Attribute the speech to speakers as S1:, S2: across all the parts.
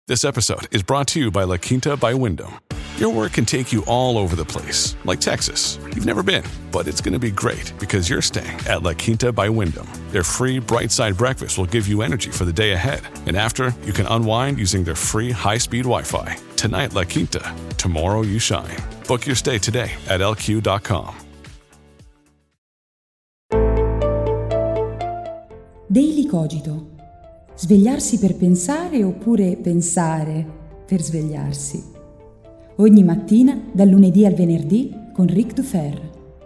S1: This episode is brought to you by La Quinta by Wyndham. Your work can take you all over the place, like Texas. You've never been, but it's going to be great because you're staying at La Quinta by Wyndham. Their free Bright Side breakfast will give you energy for the day ahead. And after, you can unwind using their free high-speed Wi-Fi. Tonight, La Quinta. Tomorrow, you shine. Book your stay today at lq.com.
S2: Daily Cogito. Svegliarsi per pensare oppure pensare per svegliarsi. Ogni mattina, dal lunedì al venerdì, con Ric Dufer.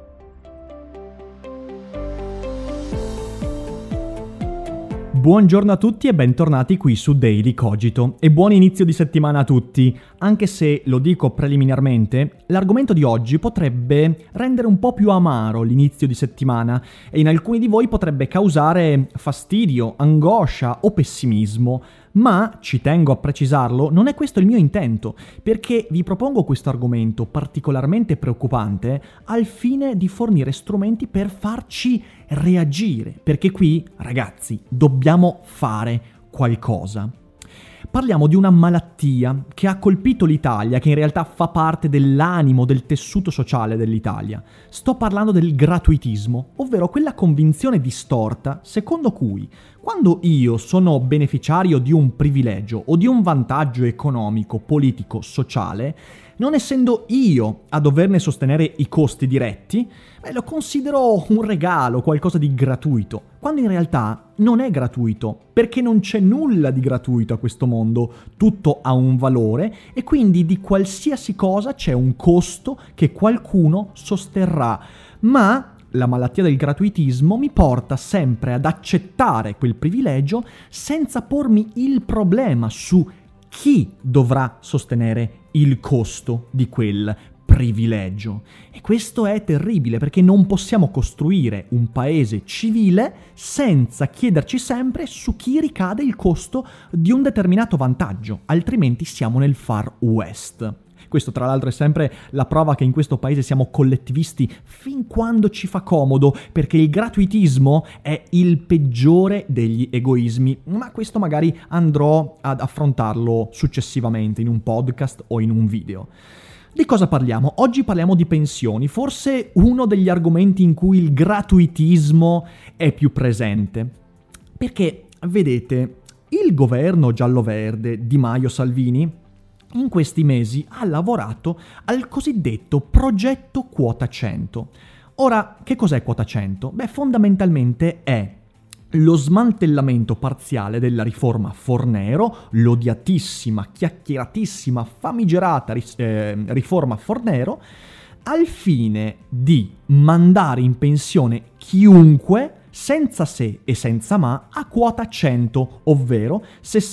S3: Buongiorno a tutti e bentornati qui su Daily Cogito e buon inizio di settimana a tutti, anche se, lo dico preliminarmente, l'argomento di oggi potrebbe rendere un po' più amaro l'inizio di settimana e in alcuni di voi potrebbe causare fastidio, angoscia o pessimismo. Ma, ci tengo a precisarlo, non è questo il mio intento, perché vi propongo questo argomento particolarmente preoccupante al fine di fornire strumenti per farci reagire, perché qui, ragazzi, dobbiamo fare qualcosa. Parliamo di una malattia che ha colpito l'Italia, che in realtà fa parte dell'animo, del tessuto sociale dell'Italia. Sto parlando del gratuitismo, ovvero quella convinzione distorta secondo cui quando io sono beneficiario di un privilegio o di un vantaggio economico, politico, sociale, non essendo io a doverne sostenere i costi diretti, lo considero un regalo, qualcosa di gratuito, quando in realtà non è gratuito, perché non c'è nulla di gratuito a questo mondo, tutto ha un valore e quindi di qualsiasi cosa c'è un costo che qualcuno sosterrà. Ma la malattia del gratuitismo mi porta sempre ad accettare quel privilegio senza pormi il problema su chi dovrà sostenere il costo di quel privilegio. E questo è terribile perché non possiamo costruire un paese civile senza chiederci sempre su chi ricade il costo di un determinato vantaggio, altrimenti siamo nel Far West. Questo tra l'altro è sempre la prova che in questo paese siamo collettivisti fin quando ci fa comodo, perché il gratuitismo è il peggiore degli egoismi, ma questo magari andrò ad affrontarlo successivamente in un podcast o in un video. Di cosa parliamo? Oggi parliamo di pensioni, forse uno degli argomenti in cui il gratuitismo è più presente. Perché, vedete, il governo giallo-verde Di Maio-Salvini in questi mesi ha lavorato al cosiddetto progetto Quota 100. Ora, che cos'è Quota 100? Beh, fondamentalmente è lo smantellamento parziale della riforma Fornero, l'odiatissima, chiacchieratissima, famigerata riforma Fornero, al fine di mandare in pensione chiunque senza se e senza ma a quota 100, ovvero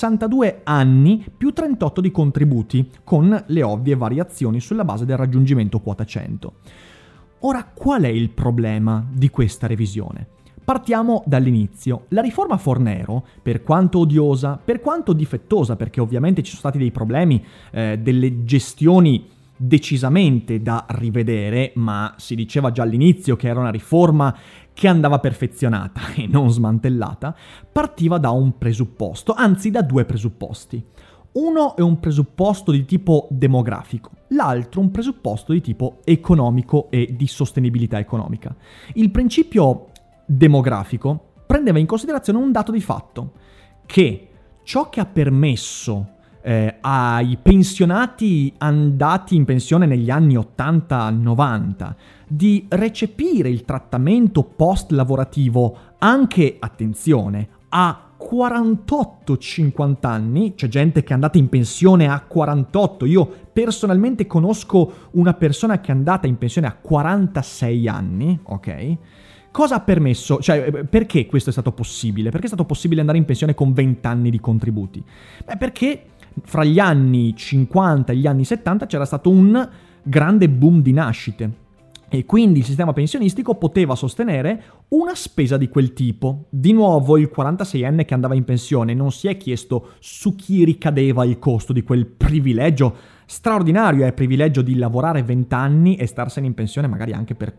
S3: 62 anni più 38 di contributi, con le ovvie variazioni sulla base del raggiungimento quota 100. Ora, qual è il problema di questa revisione? Partiamo dall'inizio. La riforma Fornero, per quanto odiosa, per quanto difettosa, perché ovviamente ci sono stati dei problemi, delle gestioni decisamente da rivedere, ma si diceva già all'inizio che era una riforma che andava perfezionata e non smantellata, partiva da un presupposto, anzi da due presupposti. Uno è un presupposto di tipo demografico, l'altro un presupposto di tipo economico e di sostenibilità economica. Il principio demografico prendeva in considerazione un dato di fatto, che ciò che ha permesso ai pensionati andati in pensione negli anni 80-90 di recepire il trattamento post-lavorativo anche, attenzione, a 48-50 anni, c'è gente che è andata in pensione a 48, io personalmente conosco una persona che è andata in pensione a 46 anni, ok? Cosa ha permesso? Cioè, perché questo è stato possibile? Perché è stato possibile andare in pensione con 20 anni di contributi? Beh, perché fra gli anni 50 e gli anni 70 c'era stato un grande boom di nascite e quindi il sistema pensionistico poteva sostenere una spesa di quel tipo. Di nuovo il 46enne che andava in pensione non si è chiesto su chi ricadeva il costo di quel privilegio straordinario, è privilegio di lavorare 20 anni e starsene in pensione magari anche per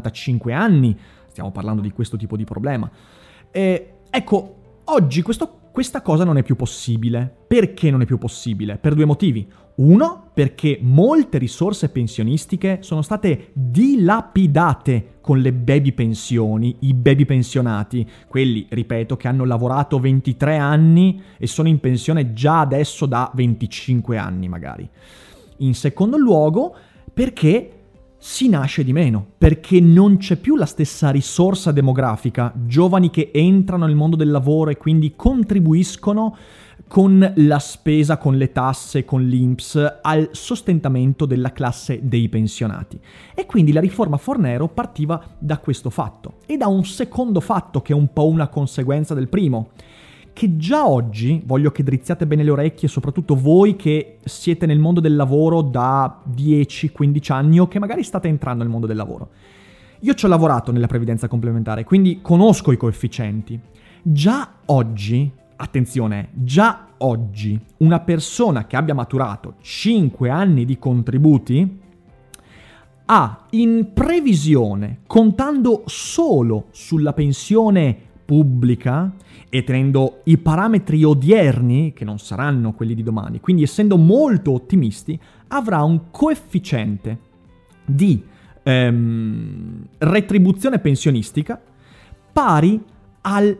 S3: 40-45 anni. Stiamo parlando di questo tipo di problema. Ecco, oggi questo questa cosa non è più possibile. Perché non è più possibile? Per due motivi. Uno, perché molte risorse pensionistiche sono state dilapidate con le baby pensioni, i baby pensionati, quelli, ripeto, che hanno lavorato 23 anni e sono in pensione già adesso da 25 anni magari. In secondo luogo, perché si nasce di meno, perché non c'è più la stessa risorsa demografica, giovani che entrano nel mondo del lavoro e quindi contribuiscono con la spesa, con le tasse, con l'INPS al sostentamento della classe dei pensionati. E quindi la riforma Fornero partiva da questo fatto e da un secondo fatto che è un po' una conseguenza del primo, che già oggi, voglio che drizziate bene le orecchie, soprattutto voi che siete nel mondo del lavoro da 10-15 anni o che magari state entrando nel mondo del lavoro. Io ci ho lavorato nella previdenza complementare, quindi conosco i coefficienti. Già oggi, attenzione, già oggi una persona che abbia maturato 5 anni di contributi ha in previsione, contando solo sulla pensione pubblica e tenendo i parametri odierni, che non saranno quelli di domani, quindi essendo molto ottimisti, avrà un coefficiente di retribuzione pensionistica pari al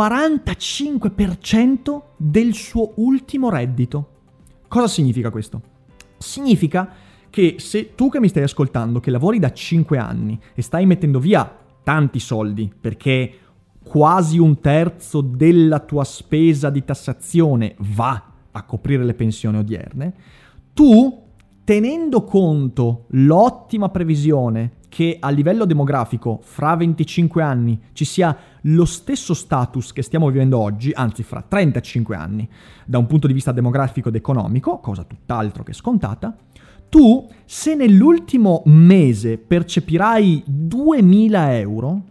S3: 45% del suo ultimo reddito. Cosa significa questo? Significa che se tu che mi stai ascoltando, che lavori da 5 anni e stai mettendo via tanti soldi, perché quasi un terzo della tua spesa di tassazione va a coprire le pensioni odierne, tu, tenendo conto l'ottima previsione che a livello demografico fra 25 anni ci sia lo stesso status che stiamo vivendo oggi, anzi fra 35 anni, da un punto di vista demografico ed economico, cosa tutt'altro che scontata, tu, se nell'ultimo mese percepirai 2.000 euro,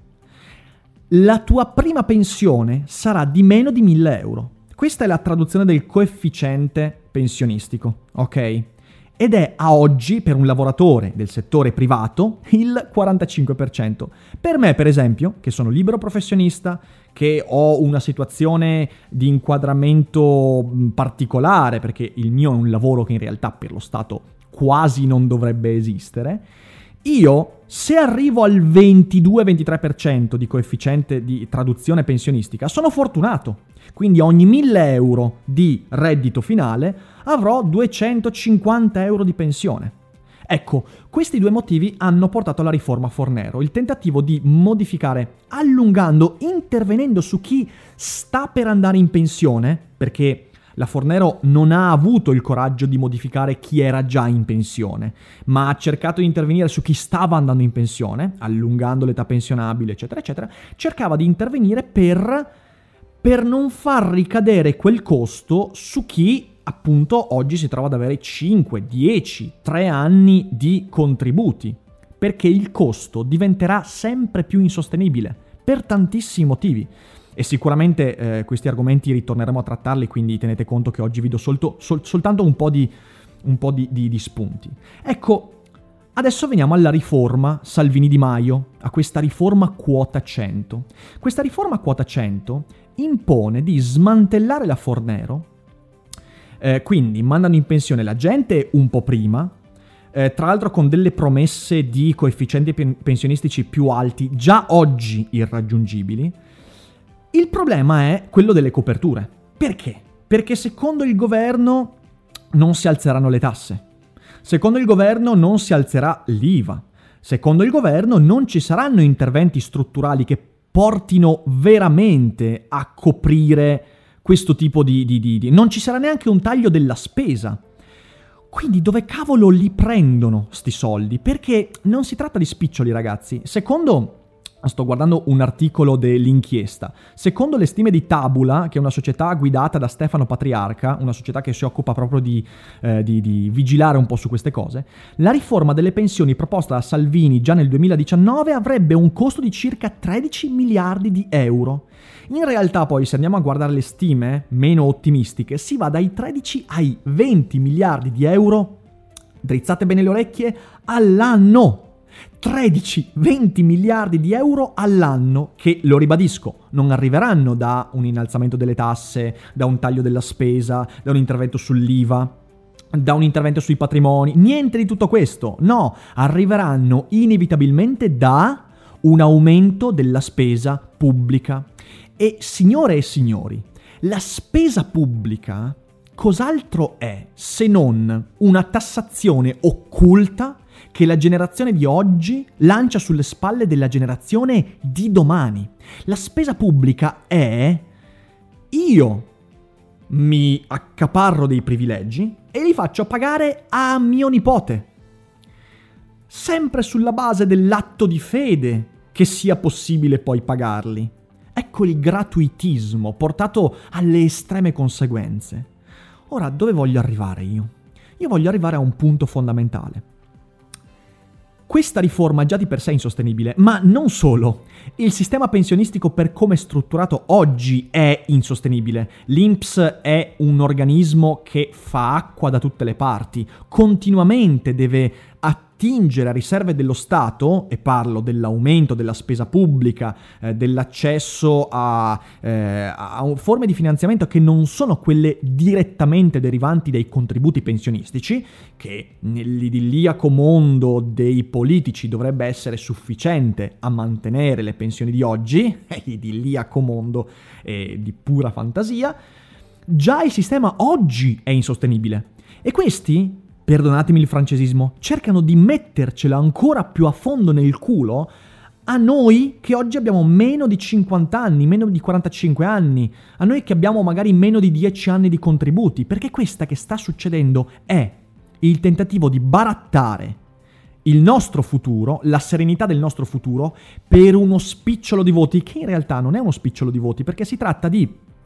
S3: la tua prima pensione sarà di meno di 1.000 euro. Questa è la traduzione del coefficiente pensionistico, ok? Ed è a oggi, per un lavoratore del settore privato, il 45%. Per me, per esempio, che sono libero professionista, che ho una situazione di inquadramento particolare, perché il mio è un lavoro che in realtà per lo Stato quasi non dovrebbe esistere, io, se arrivo al 22-23% di coefficiente di traduzione pensionistica, sono fortunato. Quindi ogni 1.000 euro di reddito finale avrò 250 euro di pensione. Ecco, questi due motivi hanno portato alla riforma Fornero, il tentativo di modificare, allungando, intervenendo su chi sta per andare in pensione, perché la Fornero non ha avuto il coraggio di modificare chi era già in pensione, ma ha cercato di intervenire su chi stava andando in pensione, allungando l'età pensionabile, eccetera, eccetera. Cercava di intervenire per non far ricadere quel costo su chi, appunto, oggi si trova ad avere 5, 10, 3 anni di contributi, perché il costo diventerà sempre più insostenibile, per tantissimi motivi. E sicuramente questi argomenti ritorneremo a trattarli, quindi tenete conto che oggi vi do soltanto un po' di spunti. Ecco, adesso veniamo alla riforma Salvini-Di Maio, a questa riforma quota 100. Questa riforma quota 100 impone di smantellare la Fornero, quindi mandano in pensione la gente un po' prima, tra l'altro con delle promesse di coefficienti pensionistici più alti, già oggi irraggiungibili. Il problema è quello delle coperture. Perché? Perché secondo il governo non si alzeranno le tasse. Secondo il governo non si alzerà l'IVA. Secondo il governo non ci saranno interventi strutturali che portino veramente a coprire questo tipo di... Non ci sarà neanche un taglio della spesa. Quindi dove cavolo li prendono sti soldi? Perché non si tratta di spiccioli, ragazzi. Sto guardando un articolo dell'inchiesta. Secondo le stime di Tabula, che è una società guidata da Stefano Patriarca, una società che si occupa proprio di vigilare un po' su queste cose, la riforma delle pensioni proposta da Salvini già nel 2019 avrebbe un costo di circa 13 miliardi di euro. In realtà poi, se andiamo a guardare le stime meno ottimistiche, si va dai 13 ai 20 miliardi di euro, drizzate bene le orecchie, all'anno. 13-20 miliardi di euro all'anno che, lo ribadisco, non arriveranno da un innalzamento delle tasse, da un taglio della spesa, da un intervento sull'IVA, da un intervento sui patrimoni, niente di tutto questo. No, arriveranno inevitabilmente da un aumento della spesa pubblica. E signore e signori, la spesa pubblica cos'altro è se non una tassazione occulta che la generazione di oggi lancia sulle spalle della generazione di domani? La spesa pubblica è: io mi accaparro dei privilegi e li faccio pagare a mio nipote, sempre sulla base dell'atto di fede che sia possibile poi pagarli. Ecco il gratuitismo portato alle estreme conseguenze. Ora, dove voglio arrivare io? Io voglio arrivare a un punto fondamentale. Questa riforma già di per sé è insostenibile, ma non solo. Il sistema pensionistico per come è strutturato oggi è insostenibile. L'INPS è un organismo che fa acqua da tutte le parti, continuamente deve attingere a riserve dello Stato, e parlo dell'aumento della spesa pubblica, dell'accesso a forme di finanziamento che non sono quelle direttamente derivanti dai contributi pensionistici, che nell'idilliaco mondo dei politici dovrebbe essere sufficiente a mantenere le pensioni di oggi, idilliaco mondo di pura fantasia. Già il sistema oggi è insostenibile e questi, perdonatemi il francesismo, cercano di mettercela ancora più a fondo nel culo a noi che oggi abbiamo meno di 50 anni, meno di 45 anni, a noi che abbiamo magari meno di 10 anni di contributi, perché questa che sta succedendo è il tentativo di barattare il nostro futuro, la serenità del nostro futuro, per uno spicciolo di voti, che in realtà non è uno spicciolo di voti, perché si tratta di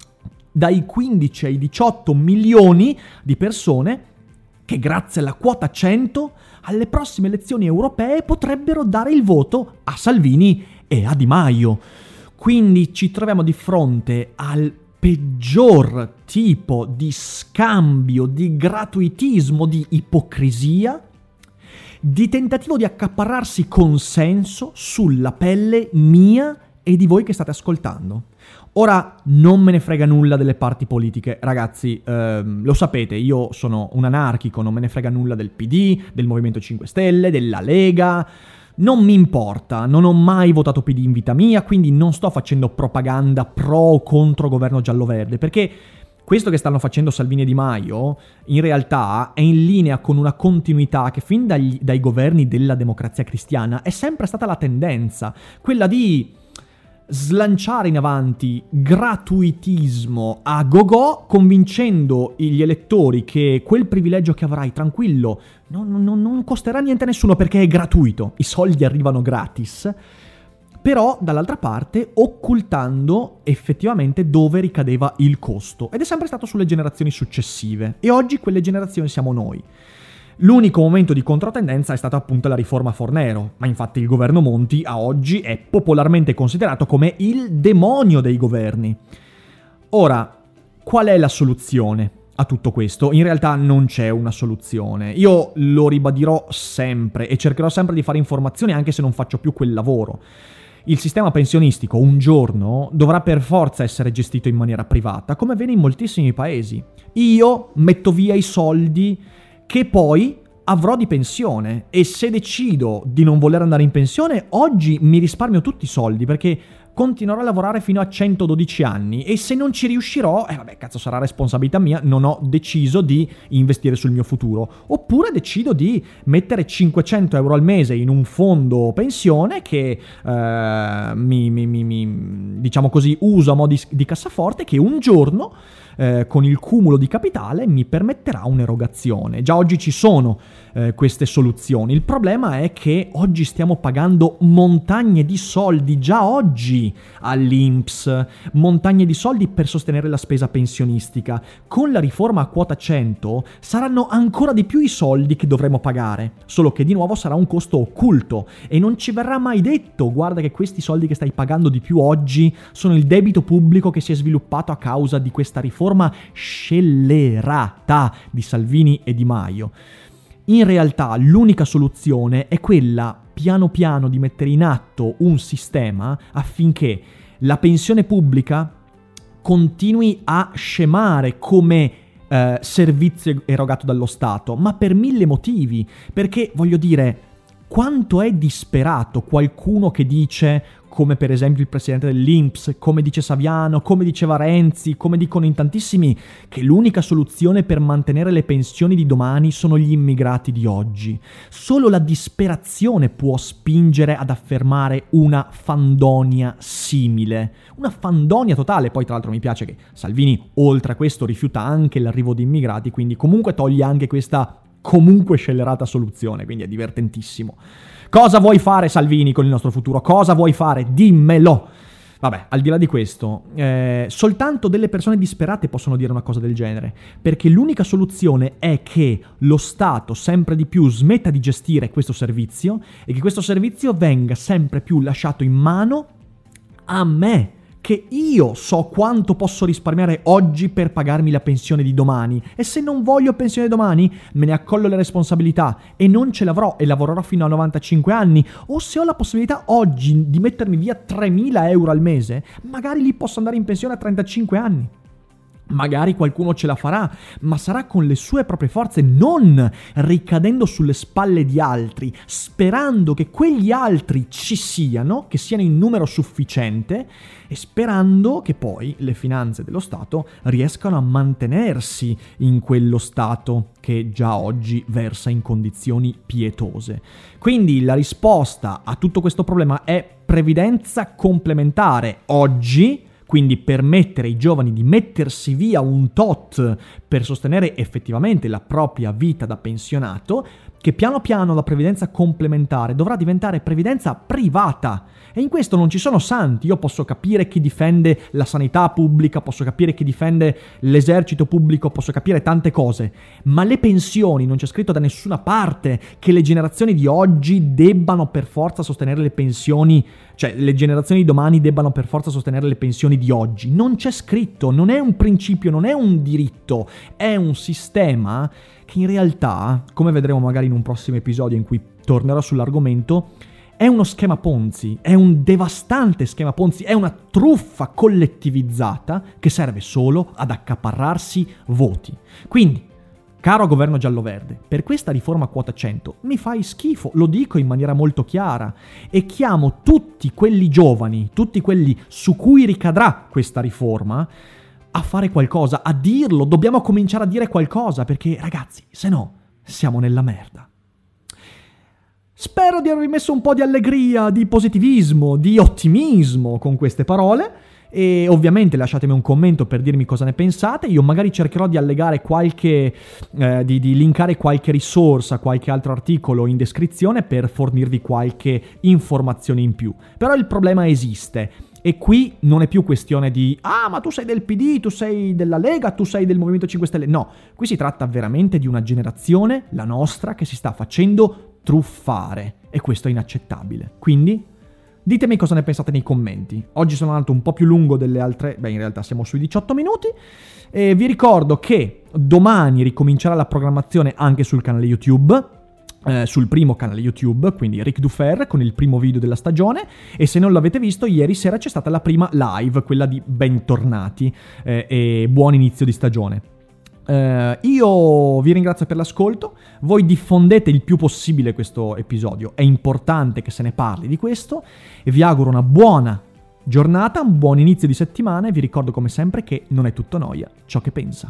S3: dai 15 ai 18 milioni di persone che grazie alla quota 100 alle prossime elezioni europee potrebbero dare il voto a Salvini e a Di Maio. Quindi ci troviamo di fronte al peggior tipo di scambio, di gratuitismo, di ipocrisia, di tentativo di accaparrarsi consenso sulla pelle mia e di voi che state ascoltando. Ora, non me ne frega nulla delle parti politiche, ragazzi, lo sapete, io sono un anarchico, non me ne frega nulla del PD, del Movimento 5 Stelle, della Lega, non mi importa, non ho mai votato PD in vita mia, quindi non sto facendo propaganda pro o contro governo giallo-verde, perché questo che stanno facendo Salvini e Di Maio, in realtà, è in linea con una continuità che fin dai governi della Democrazia Cristiana è sempre stata la tendenza, quella di slanciare in avanti gratuitismo a go-go, convincendo gli elettori che quel privilegio che avrai, tranquillo, non costerà niente a nessuno perché è gratuito, i soldi arrivano gratis, però dall'altra parte occultando effettivamente dove ricadeva il costo, ed è sempre stato sulle generazioni successive, e oggi quelle generazioni siamo noi. L'unico momento di controtendenza è stata appunto la riforma Fornero, ma infatti il governo Monti a oggi è popolarmente considerato come il demonio dei governi. Ora, qual è la soluzione a tutto questo? In realtà non c'è una soluzione. Io lo ribadirò sempre e cercherò sempre di fare informazioni anche se non faccio più quel lavoro. Il sistema pensionistico un giorno dovrà per forza essere gestito in maniera privata, come avviene in moltissimi paesi. Io metto via i soldi che poi avrò di pensione, e se decido di non voler andare in pensione, oggi mi risparmio tutti i soldi perché continuerò a lavorare fino a 112 anni, e se non ci riuscirò, vabbè, cazzo, sarà responsabilità mia, non ho deciso di investire sul mio futuro. Oppure decido di mettere 500 euro al mese in un fondo pensione che diciamo così, uso a mo' di cassaforte, che un giorno con il cumulo di capitale mi permetterà un'erogazione. Già oggi ci sono queste soluzioni. Il problema è che oggi stiamo pagando montagne di soldi già oggi all'INPS, montagne di soldi per sostenere la spesa pensionistica. Con la riforma a quota 100 saranno ancora di più i soldi che dovremo pagare, solo che di nuovo sarà un costo occulto e non ci verrà mai detto: guarda che questi soldi che stai pagando di più oggi sono il debito pubblico che si è sviluppato a causa di questa riforma scellerata di Salvini e Di Maio. In realtà l'unica soluzione è quella piano piano di mettere in atto un sistema affinché la pensione pubblica continui a scemare come servizio erogato dallo Stato, ma per 1000 motivi. Perché, voglio dire, quanto è disperato qualcuno che dice, come per esempio il presidente dell'INPS, come dice Saviano, come diceva Renzi, come dicono in tantissimi, che l'unica soluzione per mantenere le pensioni di domani sono gli immigrati di oggi. Solo la disperazione può spingere ad affermare una fandonia simile. Una fandonia totale. Poi tra l'altro mi piace che Salvini oltre a questo rifiuta anche l'arrivo di immigrati, quindi comunque toglie anche questa comunque scellerata soluzione, quindi è divertentissimo. Cosa vuoi fare, Salvini, con il nostro futuro? Cosa vuoi fare? Dimmelo! Vabbè, al di là di questo, soltanto delle persone disperate possono dire una cosa del genere, perché l'unica soluzione è che lo Stato sempre di più smetta di gestire questo servizio e che questo servizio venga sempre più lasciato in mano a me, che io so quanto posso risparmiare oggi per pagarmi la pensione di domani, e se non voglio pensione domani me ne accollo le responsabilità e non ce l'avrò e lavorerò fino a 95 anni, o se ho la possibilità oggi di mettermi via 3.000 euro al mese, magari li posso andare in pensione a 35 anni. Magari qualcuno ce la farà, ma sarà con le sue proprie forze, non ricadendo sulle spalle di altri, sperando che quegli altri ci siano, che siano in numero sufficiente, e sperando che poi le finanze dello Stato riescano a mantenersi in quello Stato che già oggi versa in condizioni pietose. Quindi la risposta a tutto questo problema è previdenza complementare oggi, quindi permettere ai giovani di mettersi via un tot per sostenere effettivamente la propria vita da pensionato, che piano piano la previdenza complementare dovrà diventare previdenza privata. E in questo non ci sono santi. Io posso capire chi difende la sanità pubblica, posso capire chi difende l'esercito pubblico, posso capire tante cose, ma le pensioni, non c'è scritto da nessuna parte che le generazioni di oggi debbano per forza sostenere le pensioni, cioè le generazioni di domani debbano per forza sostenere le pensioni di oggi. Non c'è scritto, non è un principio, non è un diritto, è un sistema che in realtà, come vedremo magari in un prossimo episodio in cui tornerò sull'argomento, è uno schema Ponzi, è un devastante schema Ponzi, è una truffa collettivizzata che serve solo ad accaparrarsi voti. Quindi, caro governo giallo-verde, per questa riforma quota 100 mi fai schifo, lo dico in maniera molto chiara, e chiamo tutti quelli giovani, tutti quelli su cui ricadrà questa riforma, a fare qualcosa, a dirlo. Dobbiamo cominciare a dire qualcosa, perché ragazzi, se no siamo nella merda. Spero di avervi messo un po' di allegria, di positivismo, di ottimismo con queste parole, e ovviamente lasciatemi un commento per dirmi cosa ne pensate. Io magari cercherò di allegare di linkare qualche risorsa, qualche altro articolo in descrizione per fornirvi qualche informazione in più. Però il problema esiste. E qui non è più questione di ma tu sei del PD, tu sei della Lega, tu sei del Movimento 5 Stelle. No, qui si tratta veramente di una generazione, la nostra, che si sta facendo truffare. E questo è inaccettabile. Quindi ditemi cosa ne pensate nei commenti. Oggi sono andato un po' più lungo delle altre, in realtà siamo sui 18 minuti. E vi ricordo che domani ricomincerà la programmazione anche sul canale YouTube. Sul primo canale YouTube, quindi Ric Dufer, con il primo video della stagione, e se non l'avete visto, ieri sera c'è stata la prima live, quella di bentornati e buon inizio di stagione. Io vi ringrazio per l'ascolto, voi diffondete il più possibile questo episodio, è importante che se ne parli di questo, e vi auguro una buona giornata, un buon inizio di settimana, e vi ricordo come sempre che non è tutto noia ciò che pensa.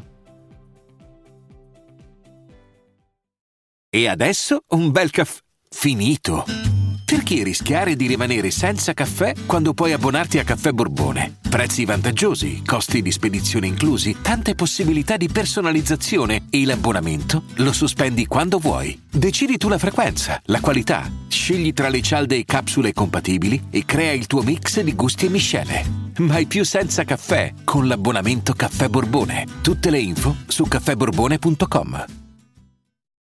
S4: E adesso un bel caffè finito. Perché rischiare di rimanere senza caffè quando puoi abbonarti a Caffè Borbone? Prezzi vantaggiosi, costi di spedizione inclusi, tante possibilità di personalizzazione, e l'abbonamento lo sospendi quando vuoi. Decidi tu la frequenza, la qualità, scegli tra le cialde e capsule compatibili e crea il tuo mix di gusti e miscele. Mai più senza caffè con l'abbonamento Caffè Borbone. Tutte le info su caffèborbone.com.